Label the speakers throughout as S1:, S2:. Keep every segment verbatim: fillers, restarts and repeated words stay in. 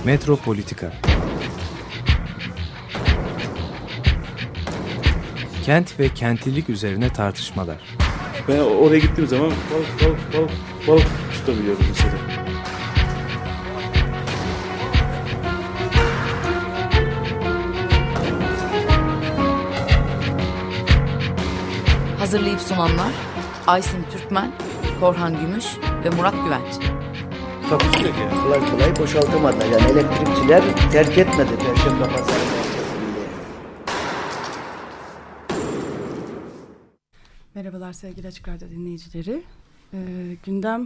S1: Metropolitika. Kent ve kentlilik üzerine tartışmalar.
S2: Ben oraya gittiğim zaman balık balık balık balık tutabiliyorum mesela.
S3: Hazırlayıp sunanlar Aysin Türkmen, Korhan Gümüş ve Murat Güvenç.
S4: Takusu yok yani. Kolay kolay boşaltamadı. Yani elektrikçiler terk etmedi Perşembe Pazarı merkezinde.
S5: Merhabalar sevgili Açık Radyo dinleyicileri. Ee, gündem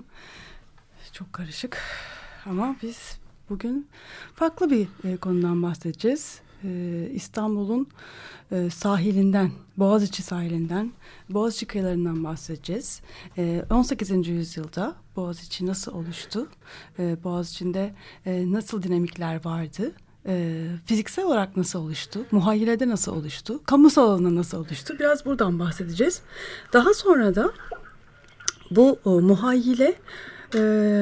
S5: çok karışık ama biz bugün farklı bir e, konudan bahsedeceğiz. Ee, İstanbul'un e, sahilinden, Boğaziçi sahilinden, Boğaziçi kıyılarından bahsedeceğiz. Ee, on sekizinci yüzyılda Boğaziçi nasıl oluştu? Ee, Boğaziçi'nde e, nasıl dinamikler vardı? Ee, fiziksel olarak nasıl oluştu? Muhayyilede nasıl oluştu? Kamusal alanda nasıl oluştu? Biraz buradan bahsedeceğiz. Daha sonra da bu o, muhayyile e,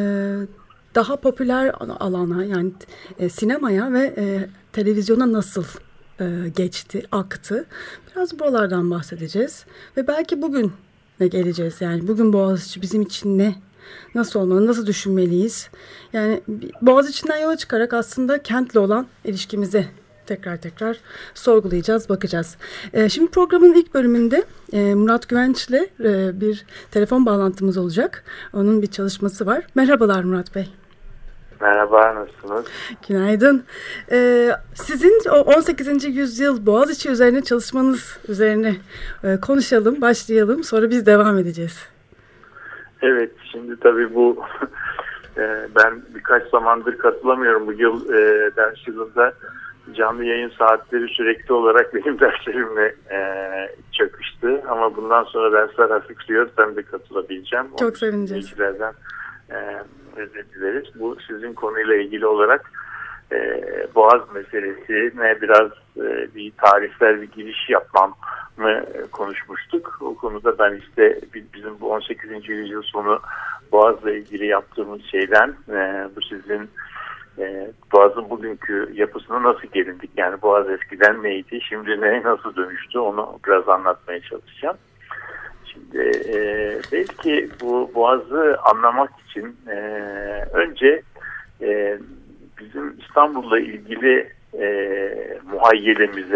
S5: daha popüler alana yani e, sinemaya ve e, televizyona nasıl e, geçti, aktı? Biraz buralardan bahsedeceğiz. Ve belki bugün ne geleceğiz? Yani bugün Boğaziçi bizim için ne? Nasıl olmalı, nasıl düşünmeliyiz? Yani Boğaziçi'nden yola çıkarak aslında kentle olan ilişkimizi tekrar tekrar sorgulayacağız, bakacağız. Ee, şimdi programın ilk bölümünde e, Murat Güvenç'le e, bir telefon bağlantımız olacak. Onun bir çalışması var. Merhabalar Murat Bey.
S6: Merhaba, nasılsınız?
S5: Günaydın. Ee, sizin o on sekizinci yüzyıl Boğaziçi üzerine çalışmanız üzerine e, konuşalım, başlayalım. Sonra biz devam edeceğiz.
S6: Evet, şimdi tabii bu e, ben birkaç zamandır katılamıyorum. Bu yıl e, ders yılında canlı yayın saatleri sürekli olarak benim derslerimle e, çakıştı. Ama bundan sonra dersler hafifliyor. Ben de katılabileceğim.
S5: Çok sevineceğiz.
S6: İlgilerden e, özür dileriz. Bu sizin konuyla ilgili olarak e, Boğaz meselesine biraz e, bir tarihsel bir giriş yapmam mı konuşmuştuk. O konuda ben işte bizim bu on sekizinci yüzyıl sonu Boğaz'la ilgili yaptığımız şeyden e, bu sizin e, Boğaz'ın bugünkü yapısına nasıl gelindik? Yani Boğaz eskiden neydi? Şimdi ne? Nasıl dönüştü? Onu biraz anlatmaya çalışacağım. Şimdi e, belki bu Boğaz'ı anlamak için e, önce e, bizim İstanbul'la ilgili e, muhayyilemize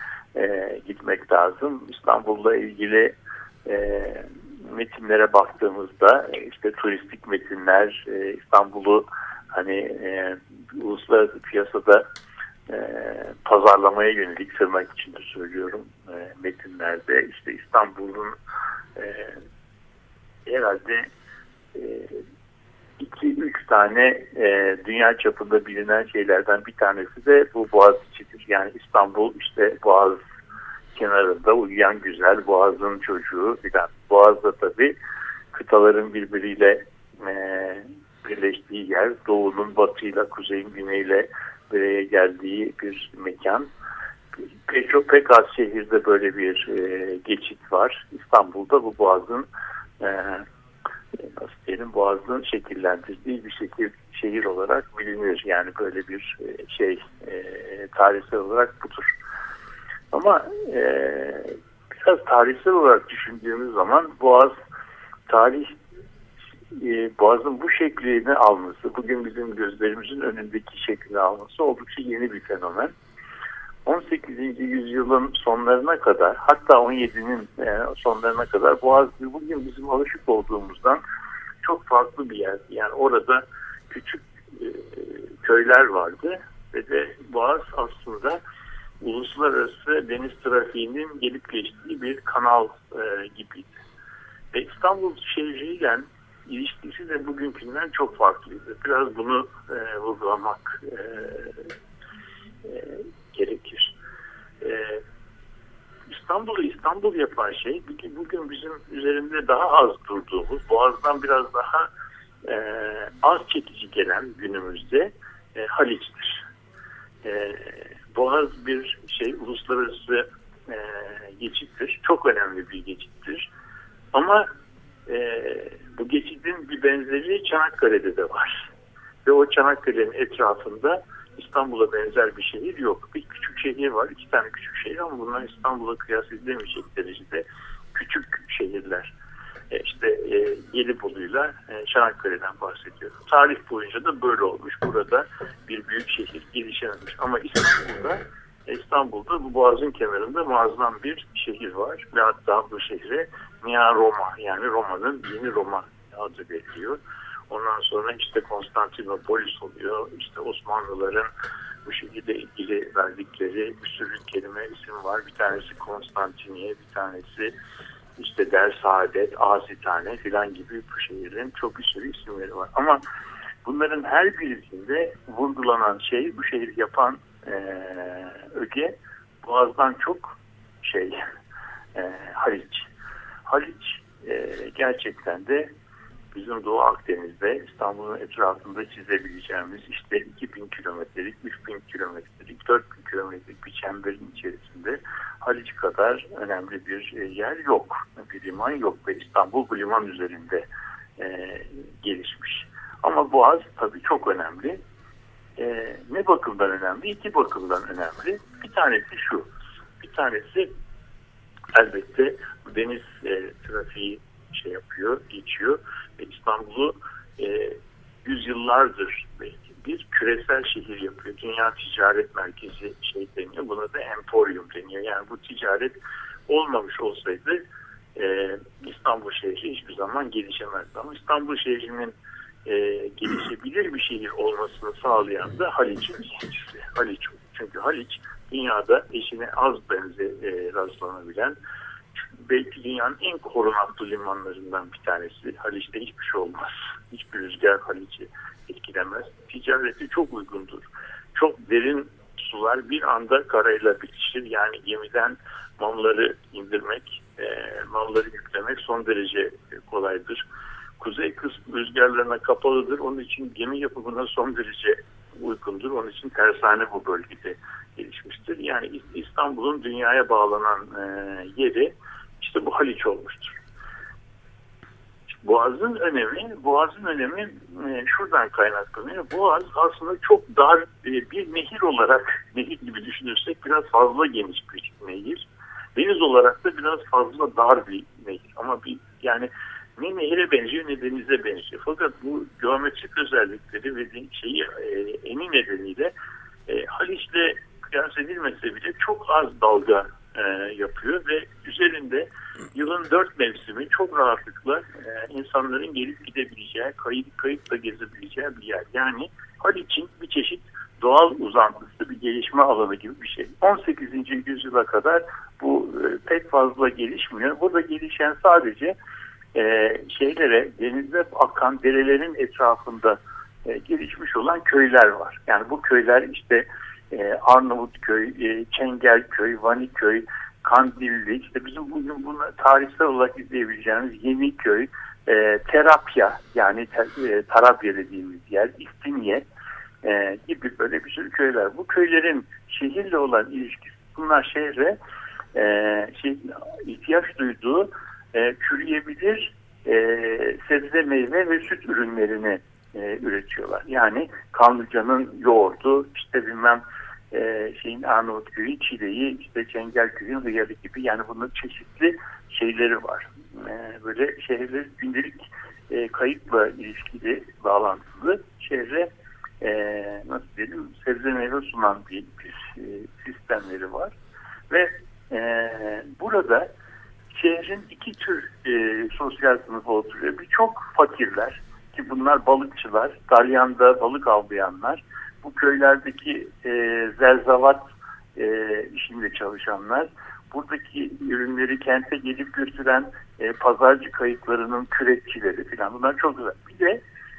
S6: E, gitmek lazım. İstanbul'la ilgili e, metinlere baktığımızda e, işte turistik metinler e, İstanbul'u hani e, uluslararası piyasada e, pazarlamaya yönelik tırnak içinde söylüyorum e, metinlerde işte İstanbul'un e, herhalde e, iki üç tane e, dünya çapında bilinen şeylerden bir tanesi de bu Boğaziçi'dir. Yani İstanbul işte Boğaz kenarında uyuyan güzel Boğaz'ın çocuğu filan. Boğaz'da tabii kıtaların birbiriyle e, birleştiği yer, doğunun batıyla, kuzeyin güneyle buraya geldiği bir mekan. Pek çok pek az şehirde böyle bir e, geçit var. İstanbul'da bu Boğaz'ın e, nasıl diyelim Boğaz'ın şekillendirdiği bir şekil, şehir olarak bilinir. Yani böyle bir şey e, tarihsel olarak budur. Ama e, biraz tarihsel olarak düşündüğümüz zaman Boğaz tarih e, Boğaz'ın bu şeklini alması, bugün bizim gözlerimizin önündeki şeklini alması oldukça yeni bir fenomen. on sekizinci yüzyılın sonlarına kadar, hatta on yedinin sonlarına kadar Boğaz bugün bizim alışık olduğumuzdan çok farklı bir yerdi. Yani orada küçük e, köyler vardı ve de Boğaz aslında uluslararası deniz trafiğinin gelip geçtiği bir kanal e, gibiydi. Ve İstanbul şehriyle ilişkisi de bugünkünden çok farklıydı. Biraz bunu e, vurgulamak e, e, gerekir. Ee, İstanbul'u İstanbul yapan şey bugün bizim üzerinde daha az durduğumuz, Boğaz'dan biraz daha e, az çekici gelen günümüzde e, Haliç'tir. E, Boğaz bir şey uluslararası e, geçittir. Çok önemli bir geçittir. Ama e, bu geçidin bir benzeri Çanakkale'de de var. Ve o Çanakkale'nin etrafında İstanbul'a benzer bir şehir yok. Bir küçük şehir var, iki tane küçük şehir ama bunlar İstanbul'a kıyas edilemeyecek derecede küçük şehirler. E işte e, Gelibolu'yla e, Çanakkale'den bahsediyorum. Tarih boyunca da böyle olmuş. Burada bir büyük şehir gelişememiş. Ama İstanbul'da İstanbul'da bu Boğaz'ın kenarında muazzam bir şehir var. Ve hatta bu şehre Nea Roma, yani Roma'nın yeni Roma adı veriliyor. Ondan sonra işte Konstantinopolis oluyor. İşte Osmanlıların bu şehirle ilgili verdikleri bir sürü kelime, isim var. Bir tanesi Konstantiniye, bir tanesi işte Der Saadet, Asitane filan gibi bu şehirlerin çok bir sürü isimleri var. Ama bunların her birisinde vurgulanan şey, bu şehir yapan e, öge Boğaz'dan çok şey e, Haliç. Haliç e, gerçekten de bizim Doğu Akdeniz'de İstanbul'un etrafında çizebileceğimiz işte iki bin kilometrelik, üç bin kilometrelik, dört bin kilometrelik bir çemberin içerisinde Haliç kadar önemli bir yer yok. Bir liman yok ve İstanbul bu liman üzerinde e, gelişmiş. Ama Boğaz tabii çok önemli. E, ne bakımdan önemli? İki bakımdan önemli. Bir tanesi şu. Bir tanesi elbette deniz e, trafiği şey yapıyor, geçiyor ve İstanbul'u e, yüzyıllardır belki bir küresel şehir yapıyor. Dünya ticaret merkezi şey deniyor. Buna da emporium deniyor. Yani bu ticaret olmamış olsaydı e, İstanbul şehri hiçbir zaman gelişemezdi. Ama İstanbul şehrinin e, gelişebilir bir şehir olmasını sağlayan da Haliç'in ilişkisi. Haliç. Çünkü Haliç dünyada eşine az benze e, rastlanabilen, belki dünyanın en korunaklı limanlarından bir tanesi. Haliç'te hiçbir şey olmaz. Hiçbir rüzgar Haliç'i etkilemez. Ticareti çok uygundur. Çok derin sular bir anda karayla bitişir. Yani gemiden malları indirmek, e, malları yüklemek son derece kolaydır. Kuzey kısmı rüzgarlarına kapalıdır. Onun için gemi yapımına son derece uygundur. Onun için tersane bu bölgede gelişmiştir. Yani İstanbul'un dünyaya bağlanan e, yeri işte bu Haliç olmuştur. Boğaz'ın önemi, Boğaz'ın önemi e, şuradan kaynaklanıyor. Boğaz aslında çok dar e, bir nehir olarak, nehir gibi düşünürsek biraz fazla geniş bir nehir. Deniz olarak da biraz fazla dar bir nehir. Ama bir yani ne nehire benziyor ne denize benziyor. Fakat bu geometrik özellikleri ve şeyi e, eni nedeniyle e, Haliç'le kıyas edilmese bile çok az dalga e, yapıyor ve üzerinde yılın dört mevsimi çok rahatlıkla e, insanların gelip gidebileceği, kayıp kayıp da gezebileceği bir yer. Yani Haliç'in bir çeşit doğal uzantısı, bir gelişme alanı gibi bir şey. on sekizinci yüzyıla kadar bu e, pek fazla gelişmiyor. Burada gelişen sadece e, şeylere, denizde akan derelerin etrafında e, gelişmiş olan köyler var. Yani bu köyler işte e, Arnavutköy, e, Çengelköy, Vaniköy, Kandilli, işte bizim bugün bunu tarihsel olarak izleyebileceğimiz Yeniköy, e, Terapya, yani e, Tarabya dediğimiz yer, İstinye e, gibi böyle bir sürü köyler. Bu köylerin şehirle olan ilişkisi, bunlar şehre e, şey, ihtiyaç duyduğu e, çürüyebilir e, sebze, meyve ve süt ürünlerini e, üretiyorlar. Yani Kanlıca'nın yoğurdu, işte bilmem e, şeyin Arnavutköy'ün çileği, işte Çengelköy'ün hıyarı gibi, yani bunun çeşitli şeyleri var. E, böyle şehirler gündelik e, kayıtla ilişkili, bağlantılı şehre e, nasıl diyelim sebze meyve sunan bir, bir e, sistemleri var. Ve e, burada şehrin iki tür e, sosyal sınıf oturuyor. Birçok fakirler ki bunlar balıkçılar, galyanda balık avlayanlar, bu köylerdeki e, zerzavat e, işinde çalışanlar, buradaki ürünleri kente gelip götüren e, pazarcı kayıklarının kürekçileri falan, bunlar çok güzel. Bir de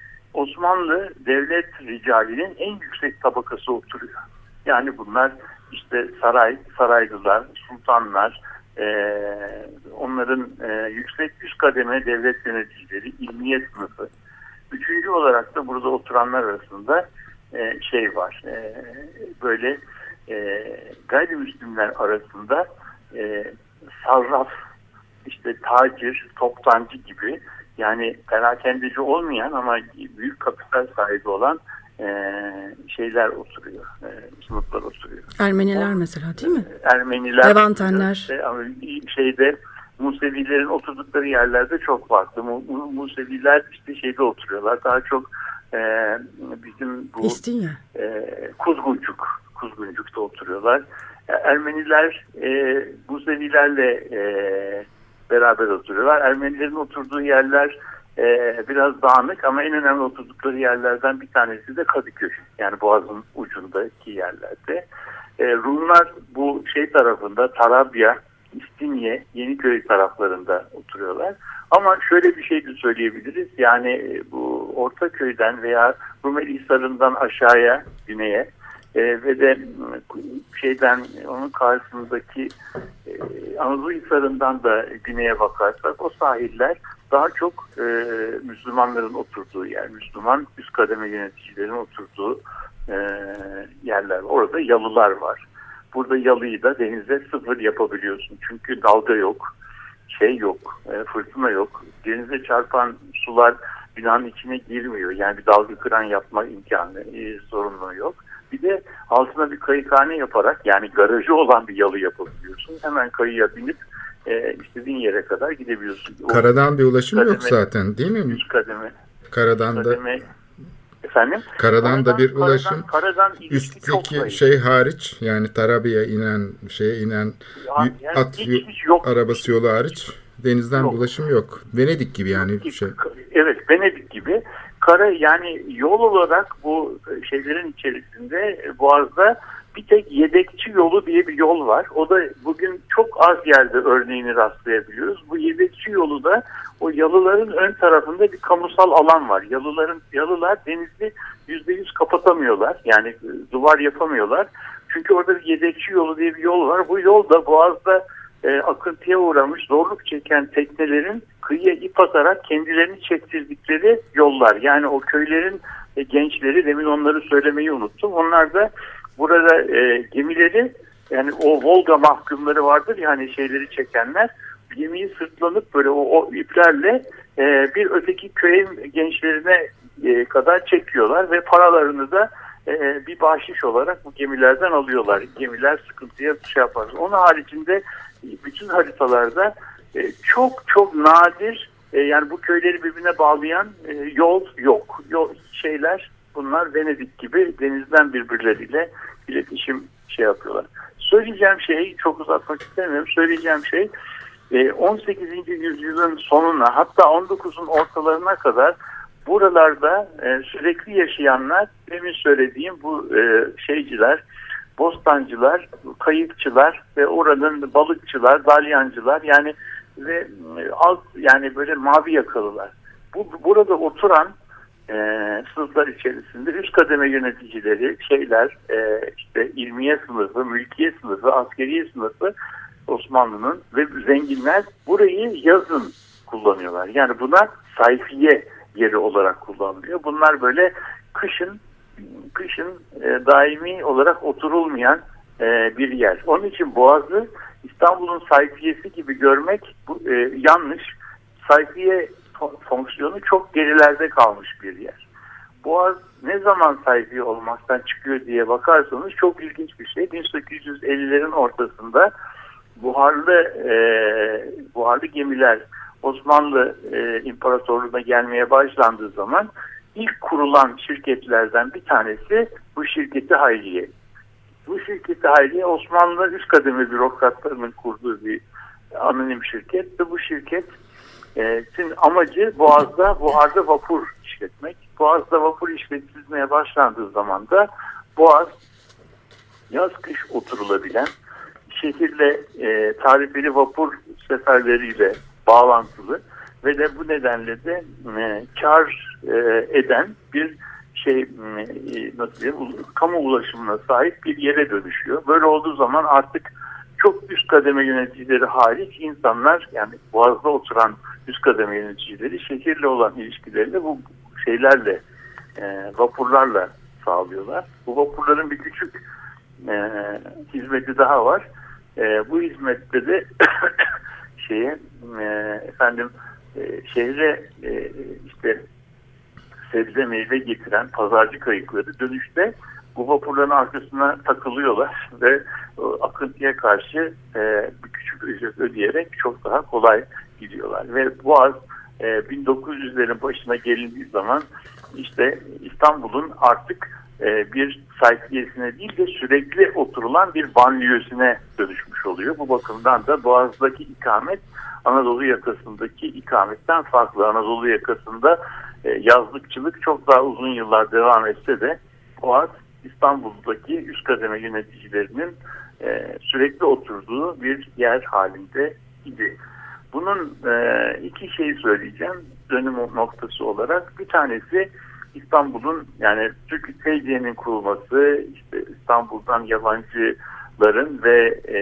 S6: Osmanlı devlet ricalinin en yüksek tabakası oturuyor. Yani bunlar işte saray, saraylılar, sultanlar, Ee, onların e, yüksek üst kademe devlet yöneticileri, ilmiye sınıfı. Üçüncü olarak da burada oturanlar arasında e, şey var, e, böyle e, gayrimüslimler arasında e, sarraf, işte tacir, toptancı gibi, yani perakendeci olmayan ama büyük kapital sahibi olan e, şeyler oturuyor, e, sınıflar oturuyor.
S5: Ermeniler o, mesela değil mi?
S6: Ermeniler,
S5: Levantenler.
S6: E, şeyde Musevilerin oturdukları yerlerde çok farklı. Museviler işte şeyde oturuyorlar. Daha çok e, bizim bu
S5: İstinye.
S6: E, Kuzguncuk, Kuzguncuk'ta oturuyorlar. Ermeniler e, Musevilerle e, beraber oturuyorlar. Ermenilerin oturduğu yerler e, biraz dağınık ama en önemli oturdukları yerlerden bir tanesi de Kadıköy. Yani Boğaz'ın ucundaki yerlerde. E, Rumlar bu şey tarafında, Tarabya, İstinye, Yeniköy taraflarında oturuyorlar. Ama şöyle bir şey de söyleyebiliriz. Yani bu Ortaköy'den veya Rumelihisar'ından aşağıya, güneye e, ve de şeyden onun karşısındaki e, Anadoluhisar'ından da güneye bakarsak o sahiller daha çok e, Müslümanların oturduğu yer. Müslüman üst kademe yöneticilerin oturduğu e, yerler. Orada yalılar var. Burada yalıyı da denize sıfır yapabiliyorsun. Çünkü dalga yok, şey yok, e, fırtına yok. Denize çarpan sular binanın içine girmiyor. Yani bir dalga kıran yapma imkanı, e, sorunluğu yok. Bir de altına bir kayıkhane yaparak yani garajı olan bir yalı yapabiliyorsun. Hemen kayıya binip e, istediğin yere kadar gidebiliyorsun.
S7: Karadan bir ulaşım
S6: kademe,
S7: yok zaten değil mi?
S6: Üst kademe.
S7: Karadan
S6: üst
S7: da.
S6: Kademe, Efendim?
S7: Karadan, karadan da bir
S6: karadan,
S7: ulaşım.
S6: Karadan
S7: üstteki şey hariç yani Tarabya'ya inen şeye inen
S6: yani, yani
S7: at
S6: hiç, hiç yok.
S7: arabası yolu hariç denizden
S6: yok.
S7: ulaşım yok. Venedik gibi yani bir şey.
S6: Evet, Venedik gibi. Kara yani yol olarak bu şeylerin içerisinde Boğaz'da bir tek yedekçi yolu diye bir yol var. O da bugün çok az yerde örneğini rastlayabiliyoruz. Bu yedekçi yolu da o yalıların ön tarafında bir kamusal alan var. Yalıların yalılar denizi yüzde yüz kapatamıyorlar. Yani duvar yapamıyorlar. Çünkü orada bir yedekçi yolu diye bir yol var. Bu yol da Boğaz'da e, akıntıya uğramış, zorluk çeken teknelerin kıyıya ip atarak kendilerini çektirdikleri yollar. Yani o köylerin e, gençleri, demin onları söylemeyi unuttum. Onlar da burada e, gemileri, yani o Volga mahkumları vardır ya hani şeyleri çekenler, gemiyi sırtlanıp böyle o, o iplerle e, bir öteki köyün gençlerine e, kadar çekiyorlar ve paralarını da e, bir bahşiş olarak bu gemilerden alıyorlar. Gemiler sıkıntıya şey yapar. Onun haricinde bütün haritalarda e, çok çok nadir e, yani bu köyleri birbirine bağlayan e, yol yok. Yol şeyler bunlar Venedik gibi denizden birbirleriyle iletişim şey yapıyorlar. Söyleyeceğim şey, çok uzatmak istemiyorum. Söyleyeceğim şey on sekizinci yüzyılın sonuna hatta on dokuzun ortalarına kadar buralarda sürekli yaşayanlar, demin söylediğim bu şeyciler, bostancılar, kayıkçılar ve oranın balıkçılar, dalyancılar yani ve alt yani böyle mavi yakalılar. Bu burada oturan e, sınıflar içerisinde üst kademe yöneticileri, şeyler, e, işte ilmiye sınıfı, mülkiye sınıfı, askeriye sınıfı Osmanlı'nın ve zenginler burayı yazın kullanıyorlar. Yani buna sayfiye yeri olarak kullanılıyor. Bunlar böyle kışın kışın e, daimi olarak oturulmayan e, bir yer. Onun için Boğaz'ı İstanbul'un sayfiyesi gibi görmek bu, e, yanlış. Sayfiye fonksiyonu çok gerilerde kalmış bir yer. Boğaz ne zaman sayfiye olmaktan çıkıyor diye bakarsanız çok ilginç bir şey. bin sekiz yüz ellilerin ortasında buharlı e, buharlı gemiler Osmanlı e, İmparatorluğu'na gelmeye başlandığı zaman ilk kurulan şirketlerden bir tanesi bu şirketi Hayriye. Bu şirketi Hayriye Osmanlı üst kademe bürokratlarının kurduğu bir anonim şirket ve bu şirketin amacı Boğaz'da buharda vapur işletmek. Boğaz'da vapur işletilmeye başlandığı zaman da Boğaz yaz kış oturulabilen şehirle e, tarifeli vapur seferleriyle bağlantılı ve de bu nedenle de e, kar e, eden bir şey e, nasıl diyeyim, kamu ulaşımına sahip bir yere dönüşüyor. Böyle olduğu zaman artık çok üst kademe yöneticileri hariç insanlar, yani Boğaz'da oturan üst kademe yöneticileri şehirle olan ilişkilerini bu şeylerle e, vapurlarla sağlıyorlar. Bu vapurların bir küçük e, hizmeti daha var. E, bu hizmette de şeye e, efendim e, şehre e, işte sebze sebze meyve getiren pazarcı kayıkları dönüşte bu vapurların arkasına takılıyorlar ve akıntıya karşı e, bir küçük ücret ödeyerek çok daha kolay gidiyorlar. Ve Boğaz e, bin dokuz yüzlerin başına gelindiği zaman işte İstanbul'un artık e, bir sayfiyesine değil de sürekli oturulan bir banliyösüne dönüşmüş oluyor. Bu bakımdan da Boğaz'daki ikamet Anadolu yakasındaki ikametten farklı. Anadolu yakasında e, yazlıkçılık çok daha uzun yıllar devam etse de Boğaz İstanbul'daki üst kademe yöneticilerinin e, sürekli oturduğu bir yer halinde idi. Bunun e, iki şeyi söyleyeceğim dönüm noktası olarak. Bir tanesi İstanbul'un, yani Türk Teyze'nin kurulması, işte İstanbul'dan yabancıların ve e,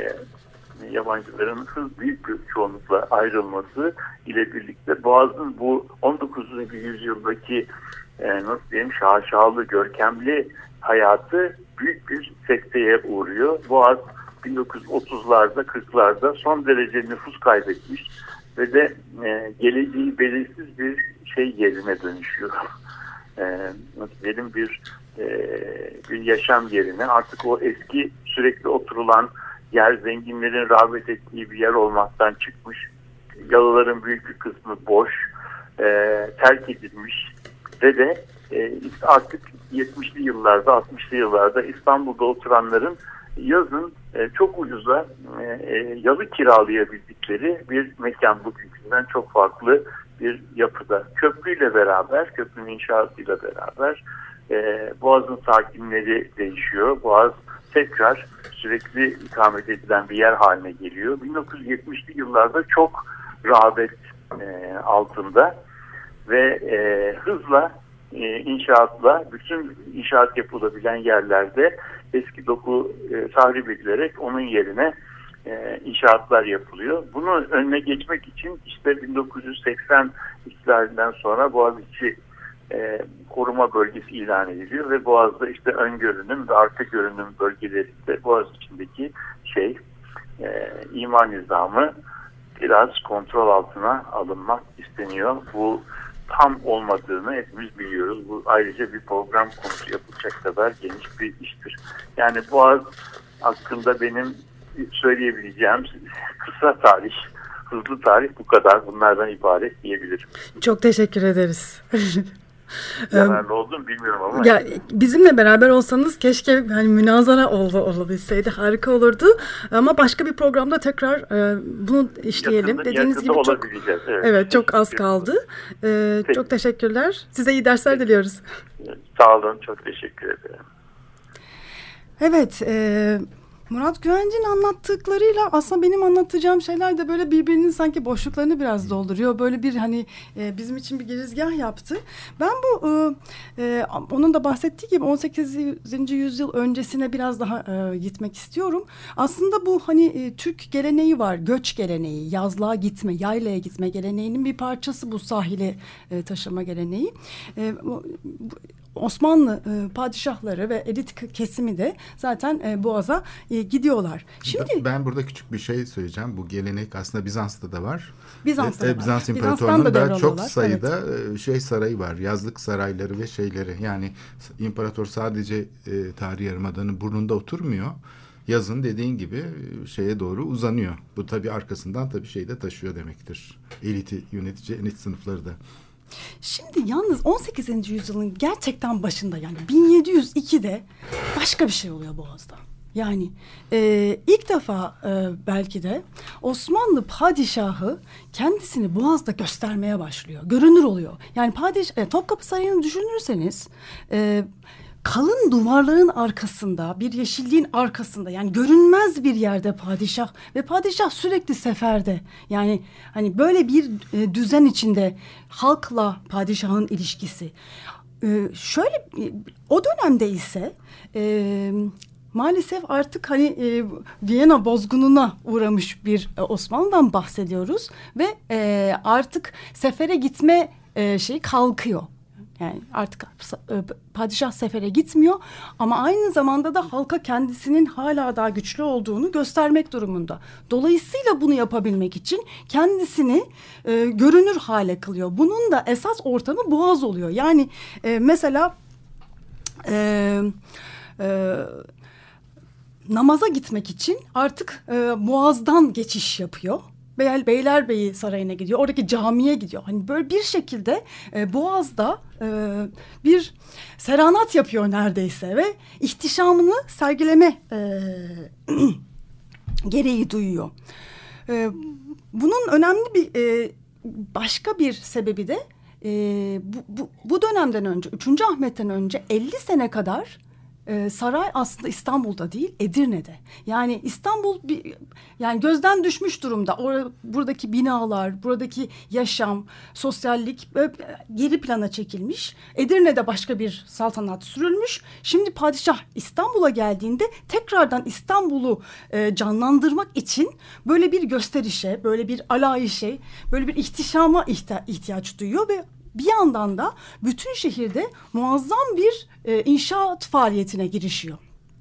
S6: yabancıların hız büyük bir çoğunlukla ayrılması ile birlikte Boğaz'ın bu on dokuzuncu yüzyıldaki e, nasıl diyeyim şaşalı, görkemli hayatı büyük bir sekteye uğruyor. Boğaz bin dokuz yüz otuzlarda kırklarda son derece nüfus kaybetmiş ve de e, geleceği belirsiz bir şey yerine dönüşüyor. E, nasıl diyelim bir e, bir yaşam yerine, artık o eski sürekli oturulan yer, zenginlerin rağbet ettiği bir yer olmaktan çıkmış. Yalıların büyük bir kısmı boş, e, terk edilmiş ve de e, artık yetmişli yıllarda, altmışlı yıllarda İstanbul'da oturanların yazın e, çok ucuza e, e, yalı kiralayabildikleri bir mekan, bugünkünden çok farklı bir yapıda. Köprüyle beraber, köprünün inşaatıyla beraber e, Boğaz'ın sakinleri değişiyor. Boğaz tekrar sürekli ikamet edilen bir yer haline geliyor. bin dokuz yüz yetmişli yıllarda çok rağbet e, altında ve e, hızla e, inşaatla bütün inşaat yapılabilen yerlerde eski doku e, tahrip edilerek onun yerine e, inşaatlar yapılıyor. Bunun önüne geçmek için işte bin dokuz yüz seksen ihtilalinden sonra Boğaziçi e, koruma bölgesi ilan ediliyor ve Boğaz'da işte ön görünüm ve arka görünüm bölgelerinde Boğaz içindeki şey e, imar nizamı biraz kontrol altına alınmak isteniyor. Bu tam olmadığını hepimiz biliyoruz. Bu ayrıca bir program konusu yapılacak kadar geniş bir iştir. Yani Boğaz hakkında benim söyleyebileceğim kısa tarih, hızlı tarih bu kadar. Bunlardan ibaret diyebilirim.
S5: Çok teşekkür ederiz.
S6: Yararlı oldum bilmiyorum ama.
S5: Ya, bizimle beraber olsanız keşke hani münazara oldu, olabilseydi, harika olurdu. Ama başka bir programda tekrar e, bunu işleyelim.
S6: Yakında,
S5: Dediğiniz gibi çok
S6: evet,
S5: evet çok az kaldı. E, çok teşekkürler. Size iyi dersler Peki. diliyoruz.
S6: Sağ olun, çok teşekkür ederim.
S5: Evet, e, Murat Güvenci'nin anlattıklarıyla aslında benim anlatacağım şeyler de böyle birbirinin sanki boşluklarını biraz dolduruyor. Böyle bir hani e, bizim için bir girizgah yaptı. Ben bu e, e, onun da bahsettiği gibi on sekizinci yüzyıl öncesine biraz daha e, gitmek istiyorum. Aslında bu hani e, Türk geleneği var. Göç geleneği, yazlığa gitme, yaylaya gitme geleneğinin bir parçası bu sahile e, taşıma geleneği. E, bu, Osmanlı e, padişahları ve elit kesimi de zaten e, Boğaz'a e, gidiyorlar. Şimdi
S7: ben burada küçük bir şey söyleyeceğim. Bu gelenek aslında Bizans'ta da var.
S5: Bizans'ta
S7: e,
S5: da var.
S7: Bizans İmparatorluğu'nun da, da çok sayıda
S5: evet.
S7: şey sarayı var. Yazlık sarayları ve şeyleri. Yani imparator sadece e, tarihi yarımadanın burnunda oturmuyor. Yazın dediğin gibi şeye doğru uzanıyor. Bu tabii arkasından tabii şeyi de taşıyor demektir. Eliti yönetici elit sınıfları da.
S5: Şimdi yalnız on sekizinci yüzyılın gerçekten başında, yani bin yedi yüz ikide başka bir şey oluyor Boğaz'da. Yani e, ilk defa e, belki de Osmanlı padişahı kendisini Boğaz'da göstermeye başlıyor. Görünür oluyor. Yani padişah, e, Topkapı Sarayı'nı düşünürseniz e, kalın duvarların arkasında, bir yeşilliğin arkasında, yani görünmez bir yerde padişah ve padişah sürekli seferde. Yani hani böyle bir e, düzen içinde halkla padişahın ilişkisi. E, şöyle e, o dönemde ise e, maalesef artık hani e, Viyana bozgununa uğramış bir e, Osmanlı'dan bahsediyoruz ve e, artık sefere gitme e, şeyi kalkıyor. Yani artık padişah sefere gitmiyor ama aynı zamanda da halka kendisinin hala daha güçlü olduğunu göstermek durumunda. Dolayısıyla bunu yapabilmek için kendisini e, görünür hale kılıyor. Bunun da esas ortamı Boğaz oluyor. Yani e, mesela e, e, namaza gitmek için artık e, Boğaz'dan geçiş yapıyor. Bey, Beylerbeyi Sarayı'na gidiyor. Oradaki camiye gidiyor. Hani böyle bir şekilde e, Boğaz'da e, bir serenat yapıyor neredeyse ve ihtişamını sergileme e, gereği duyuyor. E, bunun önemli bir e, başka bir sebebi de e, bu, bu, bu dönemden önce, üçüncü Ahmet'ten önce elli sene kadar Ee, saray aslında İstanbul'da değil, Edirne'de. Yani İstanbul bir, yani gözden düşmüş durumda. Or- buradaki binalar, buradaki yaşam, sosyallik geri plana çekilmiş. Edirne'de başka bir saltanat sürülmüş. Şimdi padişah İstanbul'a geldiğinde tekrardan İstanbul'u e, canlandırmak için böyle bir gösterişe, böyle bir alayişe, böyle bir ihtişama ihti- ihtiyaç duyuyor ve bir yandan da bütün şehirde muazzam bir e, inşaat faaliyetine girişiyor.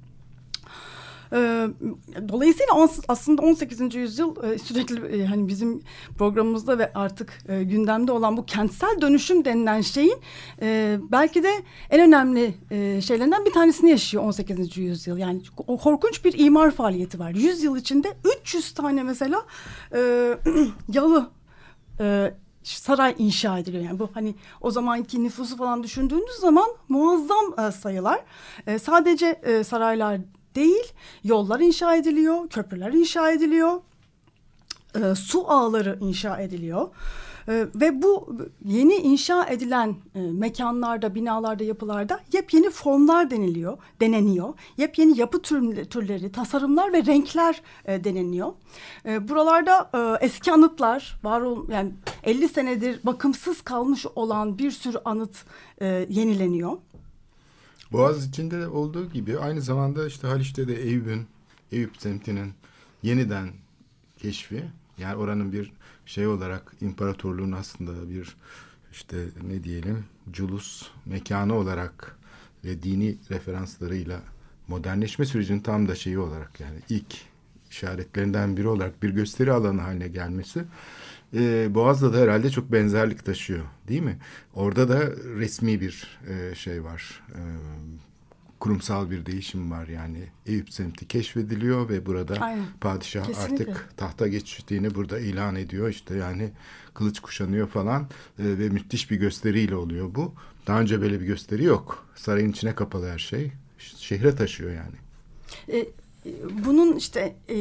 S5: E, dolayısıyla on, aslında on sekizinci yüzyıl e, sürekli e, hani bizim programımızda ve artık e, gündemde olan bu kentsel dönüşüm denilen şeyin e, belki de en önemli e, şeylerinden bir tanesini yaşıyor on sekizinci yüzyıl. Yani o korkunç bir imar faaliyeti var. yüz yıl içinde üç yüz tane mesela e, yalı e, saray inşa ediliyor. Yani bu hani o zamanki nüfusu falan düşündüğünüz zaman muazzam e, sayılar. E, sadece e, saraylar değil, yollar inşa ediliyor, köprüler inşa ediliyor, e, su ağları inşa ediliyor. E, ve bu yeni inşa edilen e, mekanlarda, binalarda, yapılarda yepyeni formlar deniliyor, deneniyor. Yepyeni yapı tür, türleri, tasarımlar ve renkler e, deneniyor. E, buralarda e, eski anıtlar var, ol, yani elli senedir bakımsız kalmış olan bir sürü anıt e, yenileniyor.
S7: Boğaz içinde de olduğu gibi aynı zamanda işte Haliç'te de Eyüp'ün, Eyüp semtinin yeniden keşfi, yani oranın bir şey olarak imparatorluğun aslında bir işte ne diyelim culus mekanı olarak ve dini referanslarıyla modernleşme sürecinin tam da şeyi olarak, yani ilk işaretlerinden biri olarak bir gösteri alanı haline gelmesi e, Boğaz'da da herhalde çok benzerlik taşıyor, değil mi? Orada da resmi bir e, şey var. E, kurumsal bir değişim var, yani Eyüp semti keşfediliyor ve burada Aynen. padişah Kesinlikle. artık tahta geçtiğini burada ilan ediyor, işte yani kılıç kuşanıyor falan e, ve müthiş bir gösteriyle oluyor bu. Daha önce böyle bir gösteri yok. Sarayın içine kapalı her şey. Şehre taşıyor yani.
S5: E, bunun işte e,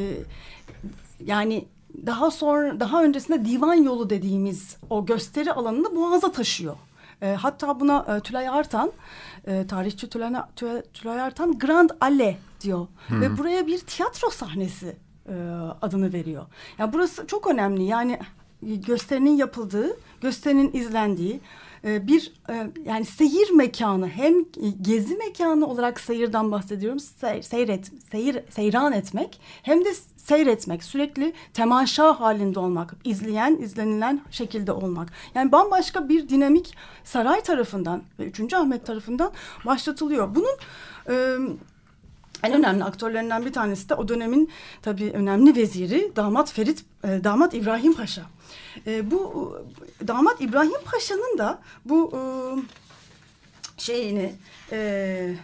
S5: yani daha sonra daha öncesinde divan yolu dediğimiz o gösteri alanını Boğaz'a taşıyor. E, hatta buna e, Tülay Artan, e, tarihçi Tülay, Tülay, Tülay Artan Grand Alle diyor. Hı-hı. Ve buraya bir tiyatro sahnesi e, adını veriyor. Yani burası çok önemli. Yani gösterinin yapıldığı, gösterinin izlendiği e, bir e, yani seyir mekanı, hem gezi mekanı olarak seyirden bahsediyorum. Se- seyret, seyir, seyran etmek, hem de seyretmek, sürekli temaşa halinde olmak, izleyen, izlenilen şekilde olmak. Yani bambaşka bir dinamik saray tarafından ve üçüncü Ahmet tarafından başlatılıyor. Bunun e, en önemli aktörlerinden bir tanesi de o dönemin tabii önemli veziri damat Ferit, e, damat İbrahim Paşa. E, bu e, damat İbrahim Paşa'nın da bu e, şeyini e,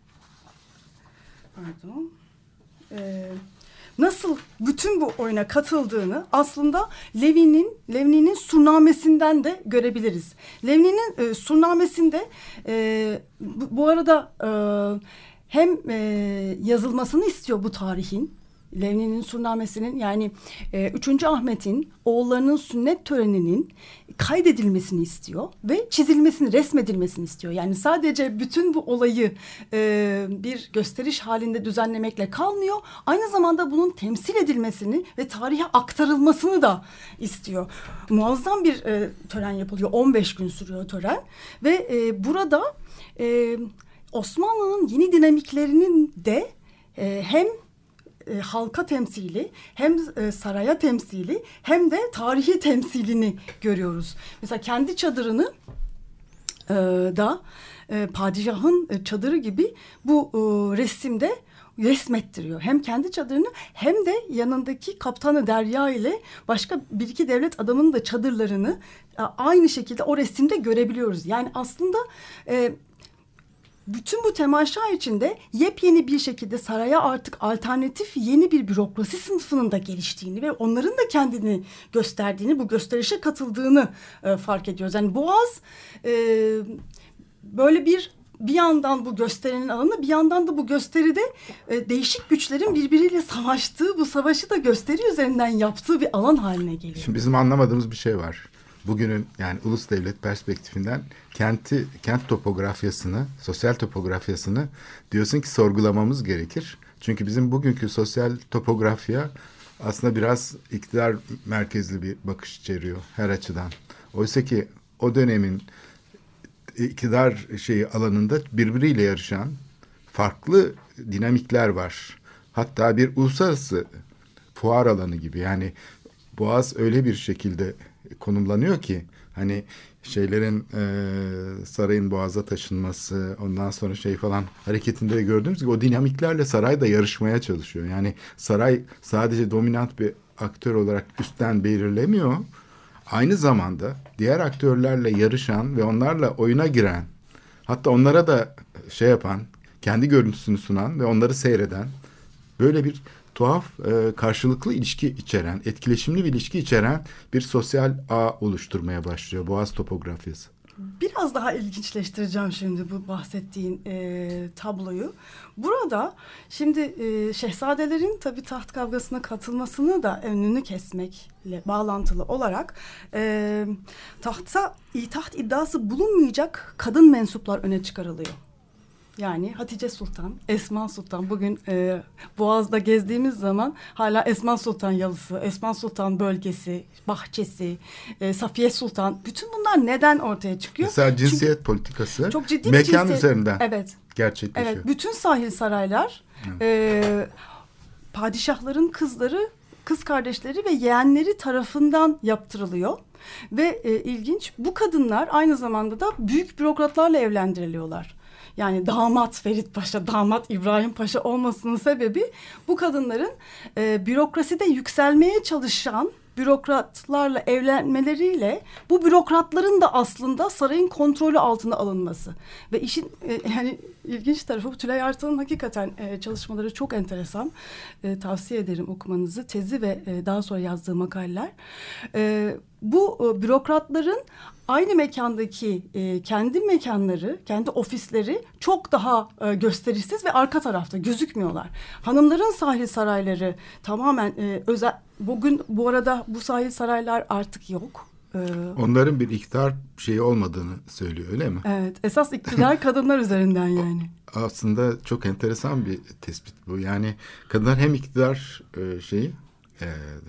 S5: pardon e, nasıl bütün bu oyuna katıldığını aslında Levni'nin Levni'nin Surnamesi'nden de görebiliriz. Levni'nin e, Surnamesi'nde e, bu, bu arada e, hem e, yazılmasını istiyor bu tarihin. Levni'nin Surnamesi'nin, yani e, üçüncü Ahmet'in oğullarının sünnet töreninin kaydedilmesini istiyor ve çizilmesini, resmedilmesini istiyor. Yani sadece bütün bu olayı e, bir gösteriş halinde düzenlemekle kalmıyor. Aynı zamanda bunun temsil edilmesini ve tarihe aktarılmasını da istiyor. Muazzam bir e, tören yapılıyor. on beş gün sürüyor tören ve e, burada e, Osmanlı'nın yeni dinamiklerinin de e, hem E, halka temsili, hem e, saraya temsili, hem de tarihi temsilini görüyoruz. Mesela kendi çadırını e, da e, padişahın çadırı gibi bu e, resimde resmettiriyor. Hem kendi çadırını hem de yanındaki kaptanı Derya ile başka bir iki devlet adamının da çadırlarını aynı şekilde o resimde görebiliyoruz. Yani aslında e, bütün bu temaşa içinde yepyeni bir şekilde saraya artık alternatif yeni bir bürokrasi sınıfının da geliştiğini ve onların da kendini gösterdiğini, bu gösterişe katıldığını e, fark ediyoruz. Yani Boğaz e, böyle bir bir yandan bu gösterinin alanı, bir yandan da bu gösteride e, değişik güçlerin birbiriyle savaştığı, bu savaşı da gösteri üzerinden yaptığı bir alan haline geliyor.
S7: Şimdi bizim anlamadığımız bir şey var. Bugünün yani ulus devlet perspektifinden kenti, kent topografyasını, sosyal topografyasını diyorsun ki sorgulamamız gerekir. Çünkü bizim bugünkü sosyal topografya aslında biraz iktidar merkezli bir bakış içeriyor her açıdan. Oysa ki o dönemin iktidar şeyi alanında birbiriyle yarışan farklı dinamikler var. Hatta bir uluslararası fuar alanı gibi. Yani Boğaz öyle bir şekilde konumlanıyor ki hani şeylerin e, sarayın Boğaz'a taşınması, ondan sonra şey falan hareketinde de gördüğümüz gibi o dinamiklerle saray da yarışmaya çalışıyor. Yani saray sadece dominant bir aktör olarak üstten belirlemiyor. Aynı zamanda diğer aktörlerle yarışan ve onlarla oyuna giren, hatta onlara da şey yapan, kendi görüntüsünü sunan ve onları seyreden böyle bir tuhaf e, karşılıklı ilişki içeren, etkileşimli bir ilişki içeren bir sosyal ağ oluşturmaya başlıyor Boğaz topografyası.
S5: Biraz daha ilginçleştireceğim şimdi bu bahsettiğin e, tabloyu. Burada şimdi e, şehzadelerin tabii taht kavgasına katılmasını da önünü kesmekle bağlantılı olarak e, tahta taht iddiası bulunmayacak kadın mensuplar öne çıkarılıyor. Yani Hatice Sultan, Esma Sultan. Bugün e, Boğaz'da gezdiğimiz zaman hala Esma Sultan yalısı, Esma Sultan bölgesi, bahçesi, e, Safiye Sultan. Bütün bunlar neden ortaya çıkıyor?
S7: Mesela cinsiyet
S5: Çünkü
S7: politikası
S5: çok ciddi
S7: mekan
S5: cinsiyet,
S7: üzerinden
S5: evet,
S7: gerçekleşiyor.
S5: Evet, bütün sahil saraylar
S7: evet.
S5: e, padişahların kızları, kız kardeşleri ve yeğenleri tarafından yaptırılıyor. Ve e, ilginç, bu kadınlar aynı zamanda da büyük bürokratlarla evlendiriliyorlar. Yani damat Ferit Paşa, damat İbrahim Paşa olmasının sebebi bu kadınların e, bürokraside yükselmeye çalışan bürokratlarla evlenmeleriyle bu bürokratların da aslında sarayın kontrolü altına alınması. Ve işin e, yani ilginç tarafı Tülay Artan'ın hakikaten e, çalışmaları çok enteresan. E, tavsiye ederim okumanızı. Tezi ve e, daha sonra yazdığı makaleler. E, bu e, bürokratların aynı mekandaki e, kendi mekanları, kendi ofisleri çok daha e, gösterişsiz ve arka tarafta gözükmüyorlar. Hanımların sahil sarayları tamamen e, özel. Bugün bu arada bu sahil saraylar artık yok. Ee,
S7: Onların bir iktidar şeyi olmadığını söylüyor, öyle mi?
S5: Evet, esas iktidar kadınlar üzerinden yani.
S7: Aslında çok enteresan bir tespit bu. Yani kadınlar hem iktidar e, şeyi e,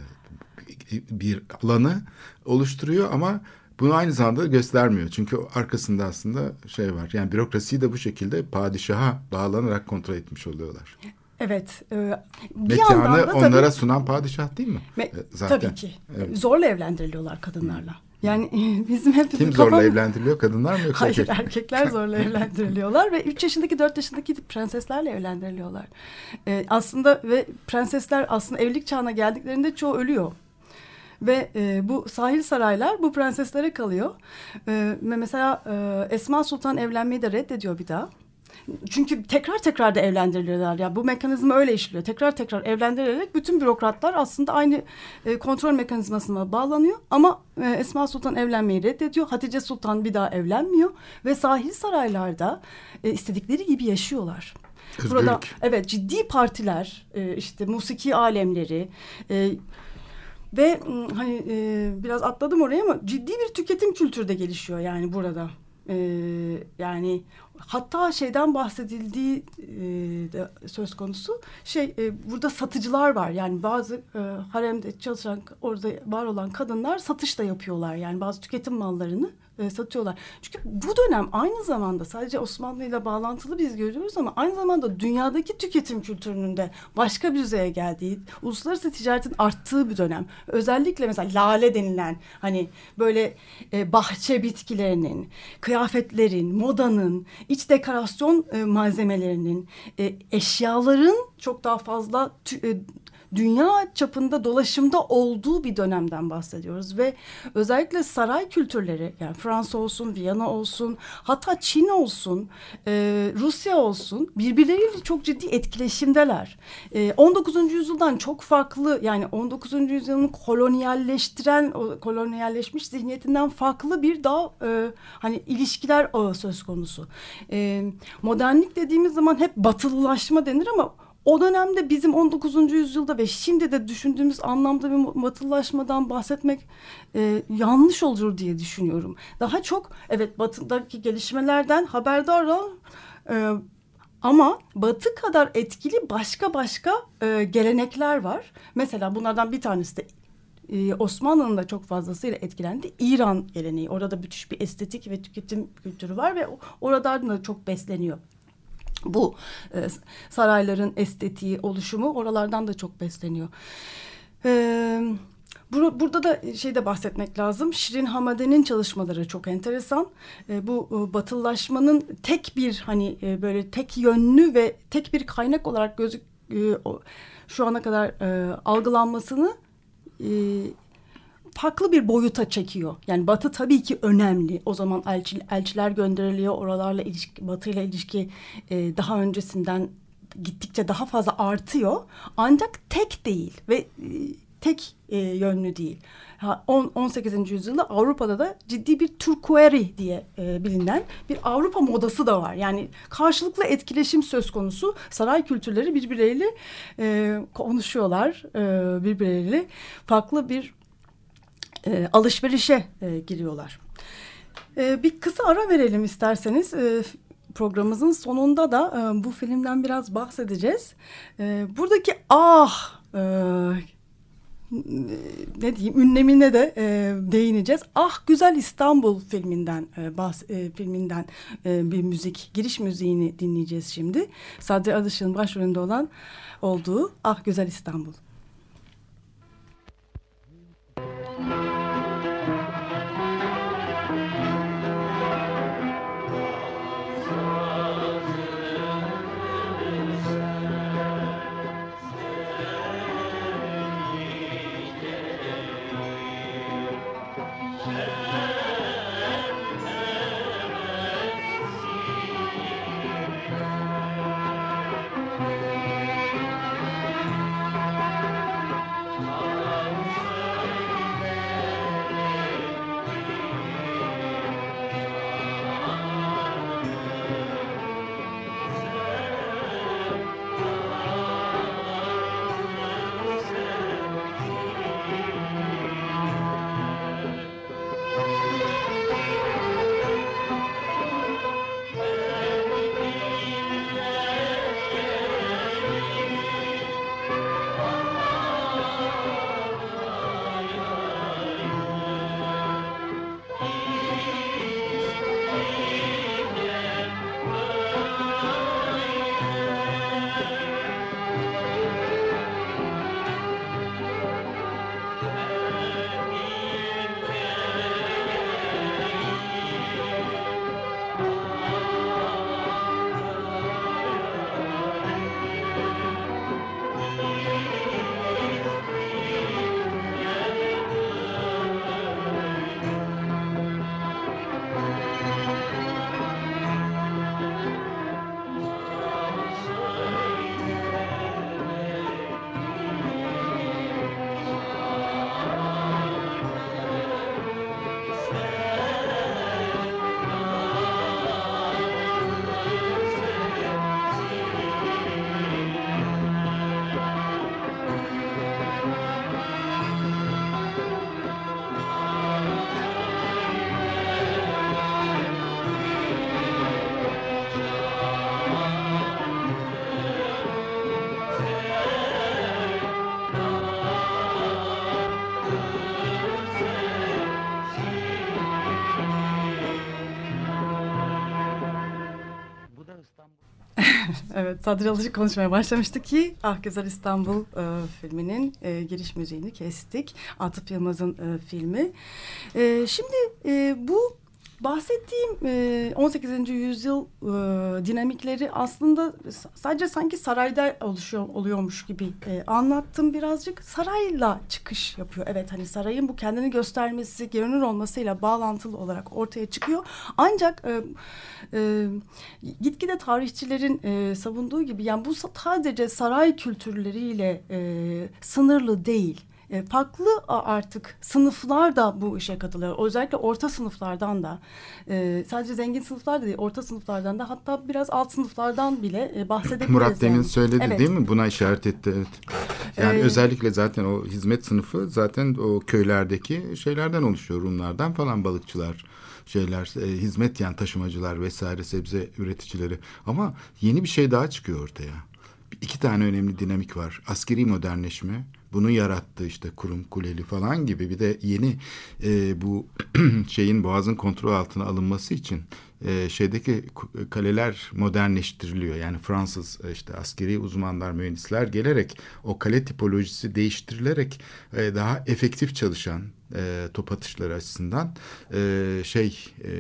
S7: bir alanı oluşturuyor ama bunu aynı zamanda göstermiyor. Çünkü arkasında aslında şey var. Yani bürokrasiyi de bu şekilde padişaha bağlanarak kontrol etmiş oluyorlar.
S5: Evet. E, bir
S7: Mekanı
S5: da
S7: onlara
S5: tabii,
S7: sunan padişah değil mi?
S5: Me,
S7: Zaten.
S5: Tabii ki.
S7: Evet.
S5: Zorla evlendiriliyorlar kadınlarla. Yani bizim hep
S7: kim zorla kafam... evlendiriliyor? Kadınlar mı yoksa
S5: Hayır,
S7: erkekler?
S5: erkekler zorla evlendiriliyorlar ve üç yaşındaki dört yaşındaki prenseslerle evlendiriliyorlar. Ee, aslında ve prensesler aslında evlilik çağına geldiklerinde çoğu ölüyor. Ve e, bu sahil saraylar bu prenseslere kalıyor. E, mesela e, Esma Sultan evlenmeyi de reddediyor bir daha. Çünkü tekrar tekrar da evlendiriliyorlar. Ya bu mekanizma öyle işliyor. Tekrar tekrar evlendirilerek bütün bürokratlar aslında aynı e, kontrol mekanizmasına bağlanıyor. Ama e, Esma Sultan evlenmeyi reddediyor. Hatice Sultan bir daha evlenmiyor ve sahil saraylarda e, istedikleri gibi yaşıyorlar.
S7: Özgürlük.
S5: Burada evet ciddi partiler, e, işte musiki alemleri e, ve hani e, biraz atladım oraya ama ciddi bir tüketim kültürü de gelişiyor yani burada. Ee, yani hatta şeyden bahsedildiği e, de söz konusu. Şey e, burada satıcılar var. Yani bazı e, haremde çalışan, orada var olan kadınlar satış da yapıyorlar. Yani bazı tüketim mallarını e, satıyorlar. Çünkü bu dönem aynı zamanda sadece Osmanlı ile bağlantılı biz görüyoruz ama aynı zamanda dünyadaki tüketim kültürünün de başka bir düzeye geldiği, uluslararası ticaretin arttığı bir dönem. Özellikle mesela lale denilen, hani böyle e, bahçe bitkilerinin, kıyafetlerin, modanın, iç dekorasyon e, malzemelerinin, e, eşyaların çok daha fazla tü, e, dünya çapında dolaşımda olduğu bir dönemden bahsediyoruz ve özellikle saray kültürleri, yani Fransa olsun, Viyana olsun, hatta Çin olsun, e, Rusya olsun, birbirleriyle çok ciddi etkileşimdeler. E, on dokuzuncu yüzyıldan çok farklı, yani on dokuzuncu yüzyılın kolonyalleştiren, o kolonyalleşmiş zihniyetinden farklı bir daha e, hani ilişkiler ağı söz konusu. E, modernlik dediğimiz zaman hep batılılaşma denir ama o dönemde bizim on dokuzuncu yüzyılda ve şimdi de düşündüğümüz anlamda bir batılılaşmadan bahsetmek e, yanlış olur diye düşünüyorum. Daha çok evet batıdaki gelişmelerden haberdar ol, e, ama batı kadar etkili başka başka e, gelenekler var. Mesela bunlardan bir tanesi de e, Osmanlı'nın da çok fazlasıyla etkilendi. İran geleneği. Orada müthiş bir estetik ve tüketim kültürü var ve oradan da çok besleniyor. Bu e, sarayların estetiği, oluşumu oralardan da çok besleniyor. E, bur- burada da şeyde bahsetmek lazım. Şirin Hamade'nin çalışmaları çok enteresan. E, bu e, batılılaşmanın tek bir hani e, böyle tek yönlü ve tek bir kaynak olarak gözük e, o, şu ana kadar e, algılanmasını e, farklı bir boyuta çekiyor. Yani Batı tabii ki önemli. O zaman elçi, elçiler gönderiliyor. Oralarla ilişki, Batı ile ilişki e, daha öncesinden gittikçe daha fazla artıyor. Ancak tek değil ve e, tek e, yönlü değil. on sekizinci yüzyılda Avrupa'da da ciddi bir Turquerie diye e, bilinen bir Avrupa modası da var. Yani karşılıklı etkileşim söz konusu. Saray kültürleri birbirleriyle e, konuşuyorlar. E, birbirleriyle farklı bir E, alışverişe e, giriyorlar. E, bir kısa ara verelim isterseniz. E, programımızın sonunda da e, bu filmden biraz bahsedeceğiz. E, buradaki ah e, ne diyeyim ünlemine de e, değineceğiz. Ah Güzel İstanbul filminden e, bahs e, filminden e, bir müzik, giriş müziğini dinleyeceğiz şimdi. Sadri Alışık'ın başrolünde olan olduğu Ah Güzel İstanbul. Evet, Sadri Alıcı konuşmaya başlamıştı ki Ah Güzel İstanbul e, filminin e, giriş müziğini kestik. Atıf Yılmaz'ın e, filmi. E, şimdi e, bu bahsettiğim e, on sekizinci yüzyıl e, dinamikleri aslında sadece sanki sarayda oluşuyor oluyormuş gibi e, anlattım birazcık. Sarayla çıkış yapıyor. Evet, hani sarayın bu kendini göstermesi, görünür olmasıyla bağlantılı olarak ortaya çıkıyor. Ancak e, e, gitgide tarihçilerin e, savunduğu gibi yani bu sadece saray kültürleriyle e, sınırlı değil. E, farklı artık sınıflar da bu işe katılıyor. Özellikle orta sınıflardan da e, sadece zengin sınıflar da değil, orta sınıflardan da hatta biraz alt sınıflardan bile e, bahsedebiliriz.
S7: Murat demin
S5: yani.
S7: söyledi
S5: Evet.
S7: değil mi? Buna işaret etti. Evet. Yani ee, özellikle zaten o hizmet sınıfı zaten o köylerdeki şeylerden oluşuyor. Rumlardan falan, balıkçılar, şeyler, e, hizmet yani taşımacılar vesaire, sebze üreticileri. Ama yeni bir şey daha çıkıyor ortaya. İki tane önemli dinamik var. Askeri modernleşme, bunu yarattı işte kurum, kuleli falan gibi. Bir de yeni e, bu şeyin, boğazın kontrol altına alınması için e, şeydeki kaleler modernleştiriliyor. Yani Fransız işte askeri uzmanlar, mühendisler gelerek o kale tipolojisi değiştirilerek e, daha efektif çalışan, e, top atışları açısından e, şey e,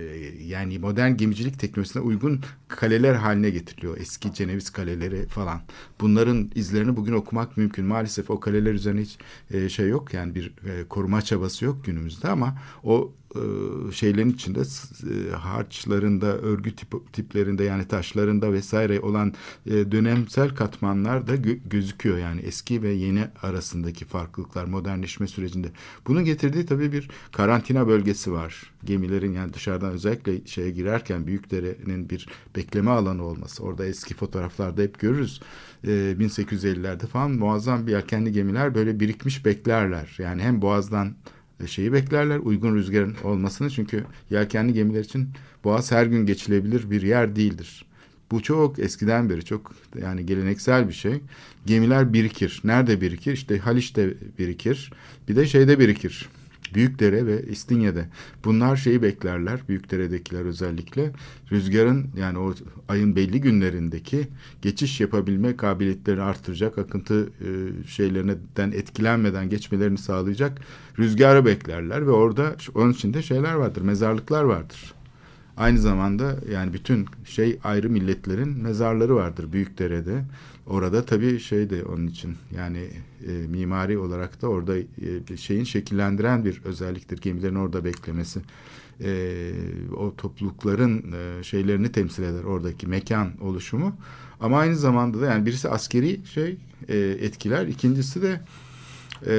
S7: yani modern gemicilik teknolojisine uygun kaleler haline getiriliyor. Eski Ceneviz kaleleri falan. Bunların izlerini bugün okumak mümkün. Maalesef o kaleler üzerine hiç e, şey yok. Yani bir e, koruma çabası yok günümüzde ama o e, şeylerin içinde e, harçlarında, örgü tip, tiplerinde yani taşlarında vesaire olan e, dönemsel katmanlar da gö- gözüküyor. Yani eski ve yeni arasındaki farklılıklar modernleşme sürecinde. Bunun getirdiği tabii bir karantina bölgesi var. Gemilerin yani dışarıdan özellikle şeye girerken Büyükdere'nin bir bekleme alanı olması. Orada eski fotoğraflarda hep görürüz. Ee, bin sekiz yüz ellilerde falan muazzam bir yelkenli gemiler böyle birikmiş beklerler. Yani hem boğazdan şeyi beklerler, uygun rüzgarın olmasını. Çünkü yelkenli gemiler için boğaz her gün geçilebilir bir yer değildir. Bu çok eskiden beri çok yani geleneksel bir şey. Gemiler birikir. Nerede birikir? İşte Haliç'te birikir. Bir de şeyde birikir. Büyükdere ve İstinye'de. Bunlar şeyi beklerler. Büyükdere'dekiler özellikle. Rüzgarın yani o ayın belli günlerindeki geçiş yapabilme kabiliyetlerini artıracak, akıntı e, şeylerinden etkilenmeden geçmelerini sağlayacak rüzgarı beklerler ve orada onun içinde şeyler vardır, mezarlıklar vardır. Aynı zamanda yani bütün şey ayrı milletlerin mezarları vardır Büyükdere'de. Orada tabii şey de onun için yani e, mimari olarak da orada e, şeyin şekillendiren bir özelliktir. Gemilerin orada beklemesi. E, o toplulukların e, şeylerini temsil eder oradaki mekan oluşumu. Ama aynı zamanda da yani birisi askeri şey e, etkiler. İkincisi de e,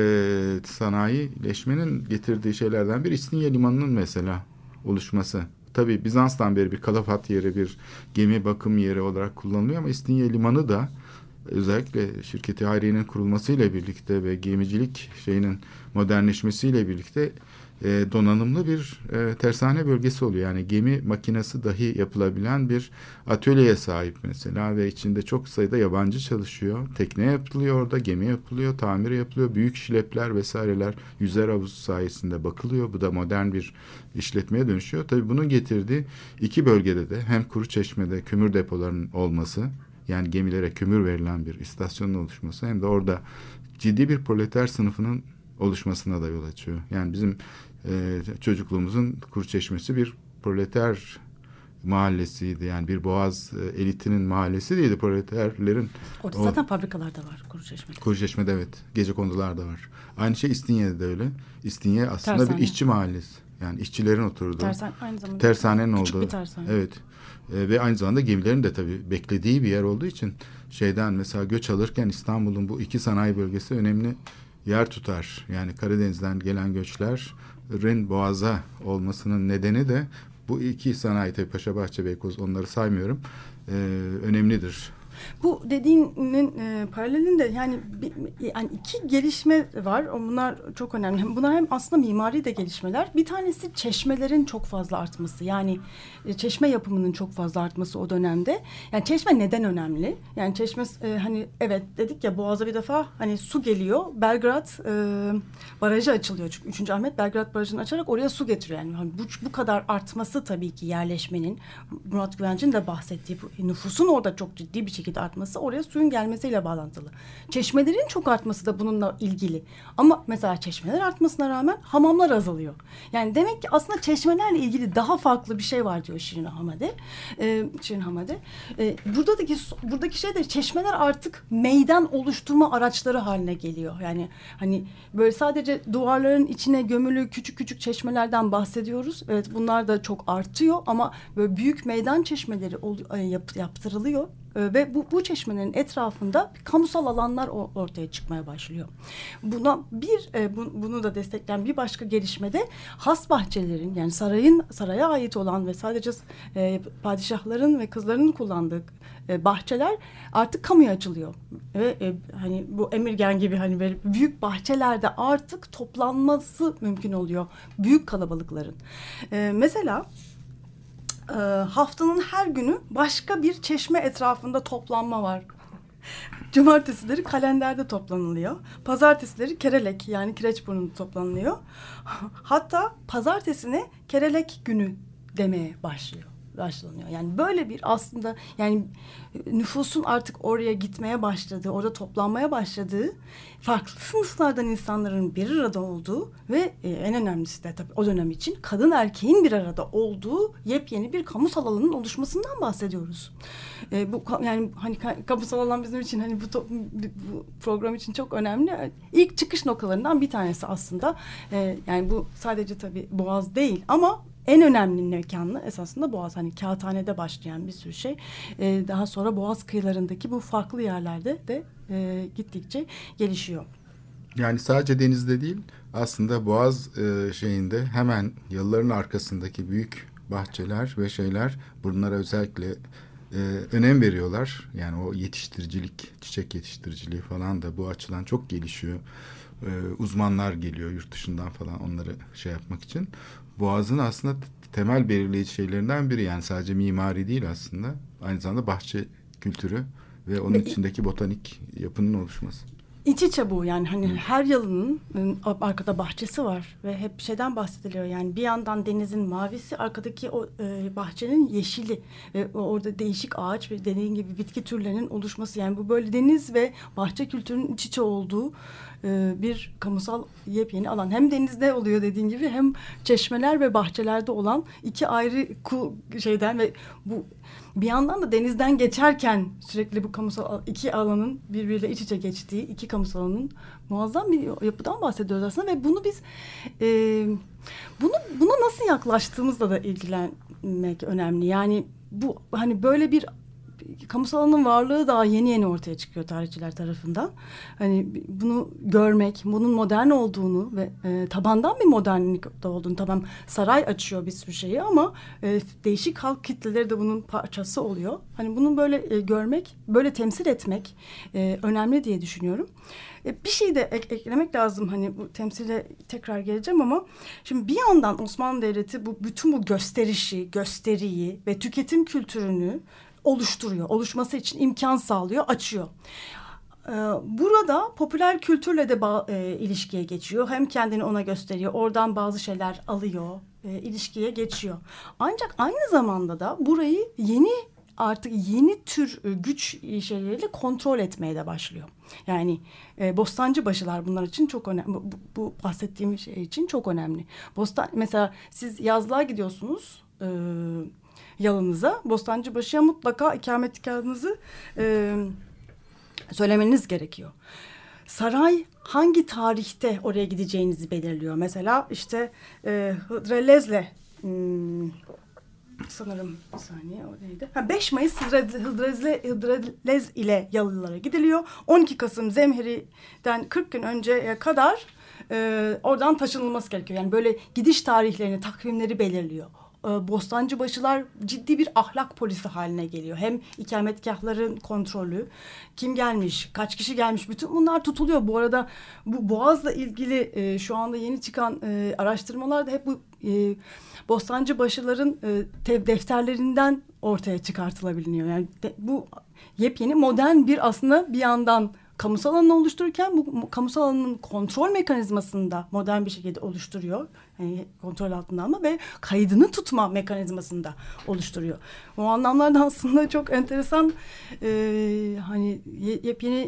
S7: sanayileşmenin getirdiği şeylerden biri İstinye Limanı'nın mesela oluşması. Tabii Bizans'tan beri bir kalafat yeri, bir gemi bakım yeri olarak kullanılıyor ama İstinye Limanı da özellikle şirketi Hayriye'nin kurulmasıyla birlikte ve gemicilik şeyinin modernleşmesiyle birlikte e, donanımlı bir e, tersane bölgesi oluyor. Yani gemi makinesi dahi yapılabilen bir atölyeye sahip mesela ve içinde çok sayıda yabancı çalışıyor. Tekne yapılıyor orada, gemi yapılıyor, tamir yapılıyor. Büyük şilepler vesaireler yüzer havuzu sayesinde bakılıyor. Bu da modern bir işletmeye dönüşüyor. Tabii bunun getirdiği iki bölgede de hem Kuruçeşme'de kömür depolarının olması, yani gemilere kömür verilen bir istasyonun oluşması hem de orada ciddi bir proleter sınıfının oluşmasına da yol açıyor. Yani bizim e, çocukluğumuzun Kuruçeşmesi bir proleter mahallesiydi. Yani bir boğaz e, elitinin mahallesi değildi. Proleterlerin.
S5: Orada o, zaten fabrikalar da var Kuruçeşme'de.
S7: Kuruçeşme'de evet. Gecekondular da var. Aynı şey İstinye'de de öyle. İstinye aslında
S5: Tersane.
S7: Bir işçi mahallesi. Yani işçilerin oturduğu.
S5: Tersan, aynı zamanda.
S7: Tersanenin olduğu.
S5: Küçük bir tersane.
S7: Evet. E, ve aynı zamanda gemilerin de tabii beklediği bir yer olduğu için şeyden mesela göç alırken İstanbul'un bu iki sanayi bölgesi önemli yer tutar. Yani Karadeniz'den gelen göçlerin boğaza olmasının nedeni de bu iki sanayi, tabii Paşabahçe, Beykoz onları saymıyorum. E, önemlidir.
S5: Bu dediğinin e, paralelinde yani bir, yani iki gelişme var. Bunlar çok önemli. Bunlar hem aslında mimari de gelişmeler. Bir tanesi çeşmelerin çok fazla artması. Yani e, çeşme yapımının çok fazla artması o dönemde. Yani çeşme neden önemli? Yani çeşme e, hani evet dedik ya, Boğaz'a bir defa hani su geliyor. Belgrad e, barajı açılıyor. Çünkü üçüncü Ahmet Belgrad barajını açarak oraya su getiriyor. Yani hani bu, bu kadar artması tabii ki yerleşmenin, Murat Güvenc'in de bahsettiği bu nüfusun orada çok ciddi bir şekilde artması, oraya suyun gelmesiyle bağlantılı. Çeşmelerin çok artması da bununla ilgili. Ama mesela çeşmeler artmasına rağmen hamamlar azalıyor. Yani demek ki aslında çeşmelerle ilgili daha farklı bir şey var diyor Şirin Hamade. Ee, Şirin Hamade. Ee, buradaki buradaki şey de çeşmeler artık meydan oluşturma araçları haline geliyor. Yani hani böyle sadece duvarların içine gömülü küçük küçük çeşmelerden bahsediyoruz. Evet, bunlar da çok artıyor ama böyle büyük meydan çeşmeleri yap, yaptırılıyor. Ve bu, bu çeşmelerin etrafında kamusal alanlar ortaya çıkmaya başlıyor. Buna bir e, bu, bunu da destekleyen bir başka gelişmede has bahçelerin, yani sarayın saraya ait olan ve sadece e, padişahların ve kızlarının kullandığı e, bahçeler artık kamuya açılıyor. Ve e, hani bu Emirgan gibi hani böyle büyük bahçelerde artık toplanması mümkün oluyor büyük kalabalıkların. E, mesela E, haftanın her günü başka bir çeşme etrafında toplanma var. Cumartesileri Kalender'de toplanılıyor. Pazartesileri Kerelek, yani Kireçburnu'nda toplanılıyor. Hatta pazartesine Kerelek günü demeye başlıyor. başlanıyor. Yani böyle bir aslında yani nüfusun artık oraya gitmeye başladığı, orada toplanmaya başladığı, farklı sınıflardan insanların bir arada olduğu ve e, en önemlisi de tabii o dönem için kadın erkeğin bir arada olduğu yepyeni bir kamusal alanın oluşmasından bahsediyoruz. E, bu yani hani kamusal alan bizim için hani bu, to, bu program için çok önemli. İlk çıkış noktalarından bir tanesi aslında. E, yani bu sadece tabii Boğaz değil ama en önemli mekanı esasında Boğaz. Hani Kağıthane'de başlayan bir sürü şey. Ee, daha sonra Boğaz kıyılarındaki bu farklı yerlerde de e, gittikçe gelişiyor.
S7: Yani sadece denizde değil, aslında Boğaz e, şeyinde hemen yalıların arkasındaki büyük bahçeler ve şeyler, bunlara özellikle e, önem veriyorlar. Yani o yetiştiricilik, çiçek yetiştiriciliği falan da bu açıdan çok gelişiyor. E, uzmanlar geliyor yurt dışından falan onları şey yapmak için. Boğaz'ın aslında temel belirleyici şeylerinden biri, yani sadece mimari değil aslında, aynı zamanda bahçe kültürü ve onun ve içindeki botanik yapının oluşması.
S5: İç içe bu yani hani Hı. her yalının arkada bahçesi var ve hep şeyden bahsediliyor, yani bir yandan denizin mavisi, arkadaki o e, bahçenin yeşili ve orada değişik ağaç ve dediğin gibi bitki türlerinin oluşması, yani bu böyle deniz ve bahçe kültürünün iç içe olduğu e, bir kamusal yepyeni alan. Hem denizde oluyor dediğin gibi, hem çeşmeler ve bahçelerde olan iki ayrı ku şeyden ve bu bir yandan da denizden geçerken sürekli bu kamusal iki alanın birbiriyle iç içe geçtiği iki kamusal alanın muazzam bir yapıdan bahsediyoruz aslında ve bunu biz e, bunu buna nasıl yaklaştığımızla da ilgilenmek önemli. Yani bu hani böyle bir kamusal alanın varlığı daha yeni yeni ortaya çıkıyor tarihçiler tarafından. Hani bunu görmek, bunun modern olduğunu ve e, tabandan bir modernlik de olduğunu, tamam saray açıyor bir sürü şeyi ama e, değişik halk kitleleri de bunun parçası oluyor. Hani bunu böyle e, görmek, böyle temsil etmek e, önemli diye düşünüyorum. E, bir şey de ek- eklemek lazım, hani bu temsile tekrar geleceğim ama şimdi bir yandan Osmanlı Devleti bu bütün bu gösterişi, gösteriyi ve tüketim kültürünü oluşturuyor. Oluşması için imkan sağlıyor, açıyor. Ee, burada popüler kültürle de ba- e, ilişkiye geçiyor. Hem kendini ona gösteriyor, oradan bazı şeyler alıyor, e, ilişkiye geçiyor. Ancak aynı zamanda da burayı yeni artık yeni tür e, güç şeyleriyle kontrol etmeye de başlıyor. Yani e, Bostancıbaşılar bunlar için çok önemli. Bu, bu bahsettiğim şey için çok önemli. Bostan mesela siz yazlığa gidiyorsunuz. E, yalınıza, Bostancıbaşı'ya mutlaka ikametgahınızı e, söylemeniz gerekiyor. Saray hangi tarihte oraya gideceğinizi belirliyor. Mesela işte e, Hıdrellez'le hmm, sanırım bir saniye o neydi? Ha, beş Mayıs Hıdrellez, Hıdrellez ile Yalılara gidiliyor. on iki Kasım Zemheri'den kırk gün önceye kadar e, oradan taşınılması gerekiyor. Yani böyle gidiş tarihlerini, takvimleri belirliyor. e, Bostancıbaşılar ciddi bir ahlak polisi haline geliyor. Hem ikametgahların kontrolü, kim gelmiş, kaç kişi gelmiş, bütün bunlar tutuluyor. Bu arada bu Boğaz'la ilgili e, şu anda yeni çıkan e, araştırmalarda hep bu e, Bostancıbaşıların e, te, defterlerinden ortaya çıkartılabiliyor. Yani de, bu yepyeni modern bir aslında bir yandan kamusal alanını oluştururken bu kamusal alanın kontrol mekanizmasını da modern bir şekilde oluşturuyor. Yani kontrol altında ama ve kaydını tutma mekanizmasını da oluşturuyor. O anlamlarda aslında çok enteresan e, hani yepyeni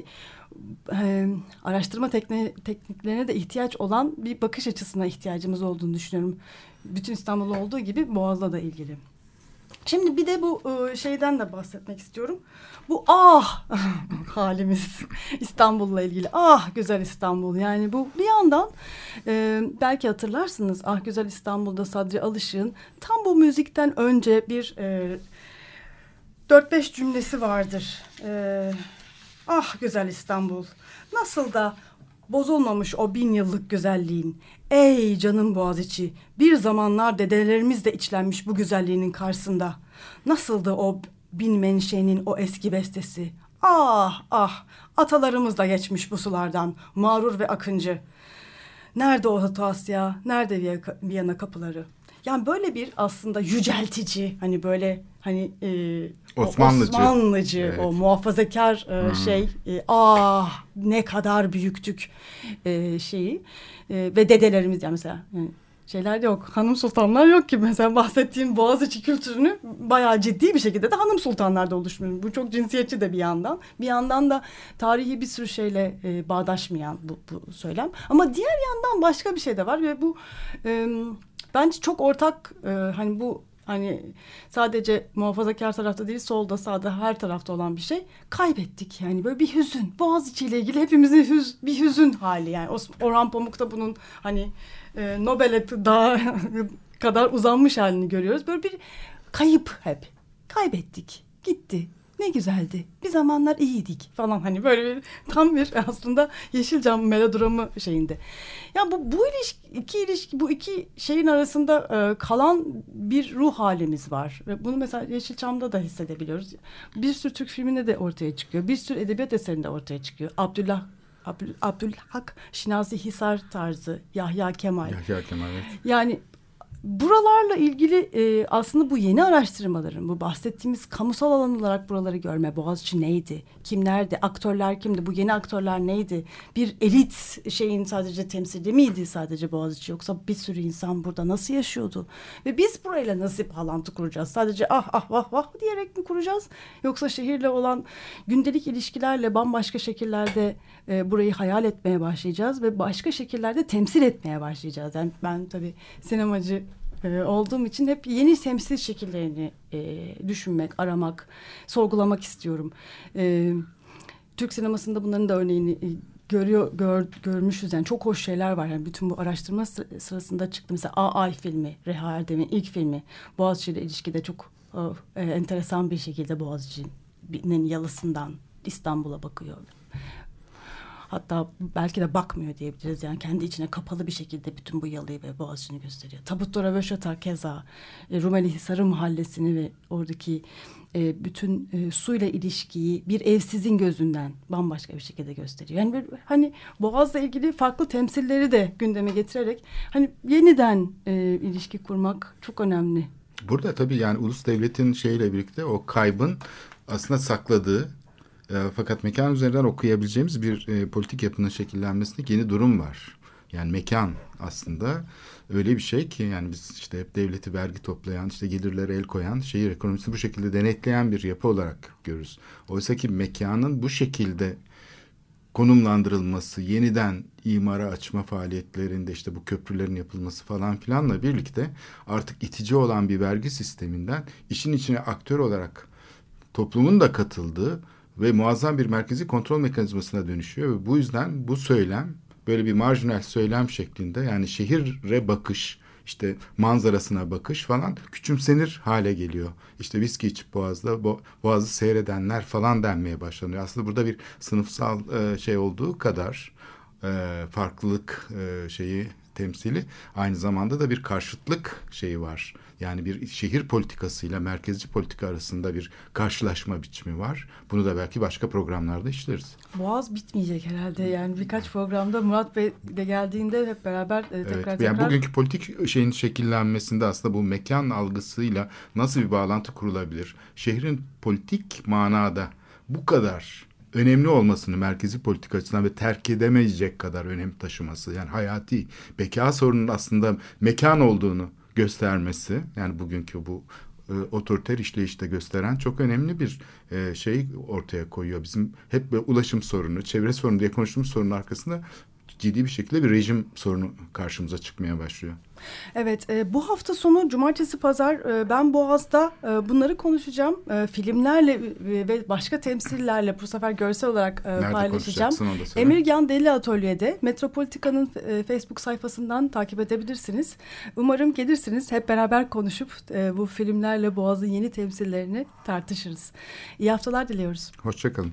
S5: e, araştırma tekne, tekniklerine de ihtiyaç olan bir bakış açısına ihtiyacımız olduğunu düşünüyorum. Bütün İstanbul'da olduğu gibi Boğaz'la da ilgili. Şimdi bir de bu şeyden de bahsetmek istiyorum. Bu ah halimiz İstanbul'la ilgili. Ah güzel İstanbul. Yani bu bir yandan e, belki hatırlarsınız Ah Güzel İstanbul'da Sadri Alışık'ın tam bu müzikten önce bir e, dört beş cümlesi vardır. E, ah güzel İstanbul. Nasıl da bozulmamış o bin yıllık güzelliğin. Ey canım Boğaziçi, bir zamanlar dedelerimiz de içlenmiş bu güzelliğinin karşısında. Nasıldı o bin menşenin o eski bestesi? Ah ah, atalarımız da geçmiş bu sulardan, mağrur ve akıncı. Nerede o Orta Asya, nerede Viyana kapıları? Yani böyle bir aslında yüceltici, hani böyle hani e,
S7: Osmanlıcı,
S5: Osmanlıcı
S7: evet.
S5: O muhafazakar e, hmm. şey, e, ah ne kadar büyüktük e, şeyi e, ve dedelerimiz yani mesela yani şeyler yok, hanım sultanlar yok ki mesela bahsettiğim Boğaziçi kültürünü bayağı ciddi bir şekilde de hanım sultanlar da oluşmuyor. Bu çok cinsiyetçi de bir yandan, bir yandan da tarihi bir sürü şeyle e, bağdaşmayan bu, bu söylem. Ama diğer yandan başka bir şey de var ve bu e, bence çok ortak e, hani bu hani sadece muhafazakar tarafta değil solda sağda her tarafta olan bir şey. Kaybettik yani böyle bir hüzün. Boğaziçi ile ilgili hepimizin hüz, bir hüzün hali yani. Orhan Pamuk da bunun hani e, Nobel'e daha kadar uzanmış halini görüyoruz. Böyle bir kayıp hep. Kaybettik. Gitti. Ne güzeldi. Bir zamanlar iyiydik falan hani böyle bir tam bir aslında Yeşilçam melodramı şeyinde. Ya bu bu ilişki iki ilişki bu iki şeyin arasında e, kalan bir ruh halimiz var. Ve bunu mesela Yeşilçam'da da hissedebiliyoruz. Bir sürü Türk filminde de ortaya çıkıyor. Bir sürü edebiyat eserinde ortaya çıkıyor. Abdullah Abdül, Abdülhak Şinazi Hisar tarzı, Yahya Kemal.
S7: Yahya Kemal evet.
S5: Yani buralarla ilgili e, aslında bu yeni araştırmaların, bu bahsettiğimiz kamusal alan olarak buraları görme, Boğaziçi neydi, kimlerdi, aktörler kimdi, bu yeni aktörler neydi, bir elit şeyin sadece temsili miydi sadece Boğaziçi, yoksa bir sürü insan burada nasıl yaşıyordu ve biz burayla nasıl bağlantı kuracağız, sadece ah ah vah vah diyerek mi kuracağız, yoksa şehirle olan gündelik ilişkilerle bambaşka şekillerde e, burayı hayal etmeye başlayacağız ve başka şekillerde temsil etmeye başlayacağız. Yani ben tabii sinemacı Ee, olduğum için hep yeni temsil şekillerini e, düşünmek, aramak, sorgulamak istiyorum. Ee, Türk sinemasında bunların da örneğini e, görüyor, gör, görmüşüz. Yani çok hoş şeyler var. Yani bütün bu araştırma sırasında çıktı. Mesela A Ay filmi, Reha Erdem'in ilk filmi. Boğaziçi ile ilişkide çok e, enteresan bir şekilde Boğaziçi'nin yalısından İstanbul'a bakıyor. Hatta belki de bakmıyor diyebiliriz. Yani kendi içine kapalı bir şekilde bütün bu yalıyı ve Boğaziçi'ni gösteriyor. Tabutlu Röveşata keza e, Rumeli Hisarı mahallesini ve oradaki e, bütün e, suyla ilişkiyi bir evsizin gözünden bambaşka bir şekilde gösteriyor. Yani bir, hani Boğaz'la ilgili farklı temsilleri de gündeme getirerek hani yeniden e, ilişki kurmak çok önemli.
S7: Burada tabii yani ulus devletin şeyle birlikte o kaybın aslında sakladığı E, fakat mekan üzerinden okuyabileceğimiz bir e, politik yapının şekillenmesinde yeni durum var. Yani mekan aslında öyle bir şey ki yani biz işte hep devleti vergi toplayan, işte gelirlere el koyan, şehir ekonomisini bu şekilde denetleyen bir yapı olarak görürüz. Oysa ki mekanın bu şekilde konumlandırılması, yeniden imara açma faaliyetlerinde işte bu köprülerin yapılması falan filanla birlikte artık itici olan bir vergi sisteminden işin içine aktör olarak toplumun da katıldığı ve muazzam bir merkezi kontrol mekanizmasına dönüşüyor ve bu yüzden bu söylem böyle bir marjinal söylem şeklinde yani şehire bakış, işte manzarasına bakış falan küçümsenir hale geliyor. İşte viski içip Boğaz'da bo- Boğaz'ı seyredenler falan denmeye başlanıyor. Aslında burada bir sınıfsal e, şey olduğu kadar e, farklılık e, şeyi temsili, aynı zamanda da bir karşıtlık şeyi var. Yani bir şehir politikasıyla merkezci politika arasında bir karşılaşma biçimi var. Bunu da belki başka programlarda işleriz.
S5: Boğaz bitmeyecek herhalde. Yani birkaç programda Murat Bey de geldiğinde hep beraber e, tekrar
S7: evet,
S5: tekrar.
S7: Yani bugünkü politik şeyin şekillenmesinde aslında bu mekan algısıyla nasıl bir bağlantı kurulabilir? Şehrin politik manada bu kadar önemli olmasını, merkezi politika açısından ve terk edemeyecek kadar önem taşıması, yani hayati beka sorunun aslında mekan olduğunu göstermesi, yani bugünkü bu e, otoriter işleyişte gösteren çok önemli bir e, şey ortaya koyuyor. Bizim hep böyle ulaşım sorunu, çevre sorunu diye konuştuğumuz sorunun arkasında ciddi bir şekilde bir rejim sorunu karşımıza çıkmaya başlıyor.
S5: Evet, e, bu hafta sonu cumartesi pazar e, ben Boğaz'da e, bunları konuşacağım. E, filmlerle e, ve başka temsillerle bu sefer görsel olarak e, paylaşacağım. Emirgan Deli Atölye'de Metropolitika'nın e, Facebook sayfasından takip edebilirsiniz. Umarım gelirsiniz, hep beraber konuşup e, bu filmlerle Boğaz'ın yeni temsillerini tartışırız. İyi haftalar diliyoruz.
S7: Hoşçakalın.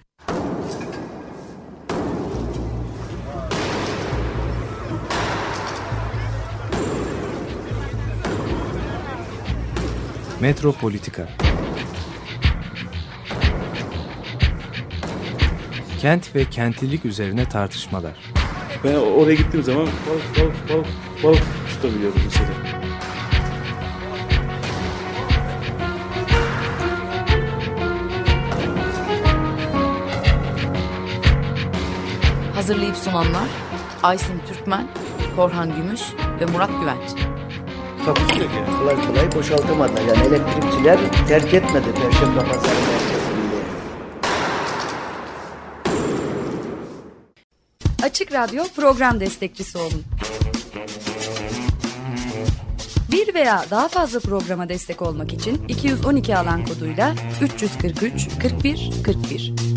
S1: Metropolitika. Kent ve kentlilik üzerine tartışmalar.
S2: Ben oraya gittiğim zaman balık balık balık balık tutabiliyorum mesela.
S3: Hazırlayıp sunanlar Aysin Türkmen, Korhan Gümüş ve Murat Güvenç.
S2: Takusuyor yani.
S4: Kolay kolay boşaltamadılar. Yani elektrikçiler terk etmedi Perşembe Pazarı merkezini.
S8: Açık Radyo program destekçisi olun. Bir veya daha fazla programa destek olmak için iki yüz on iki alan koduyla üç yüz kırk üç kırk bir kırk bir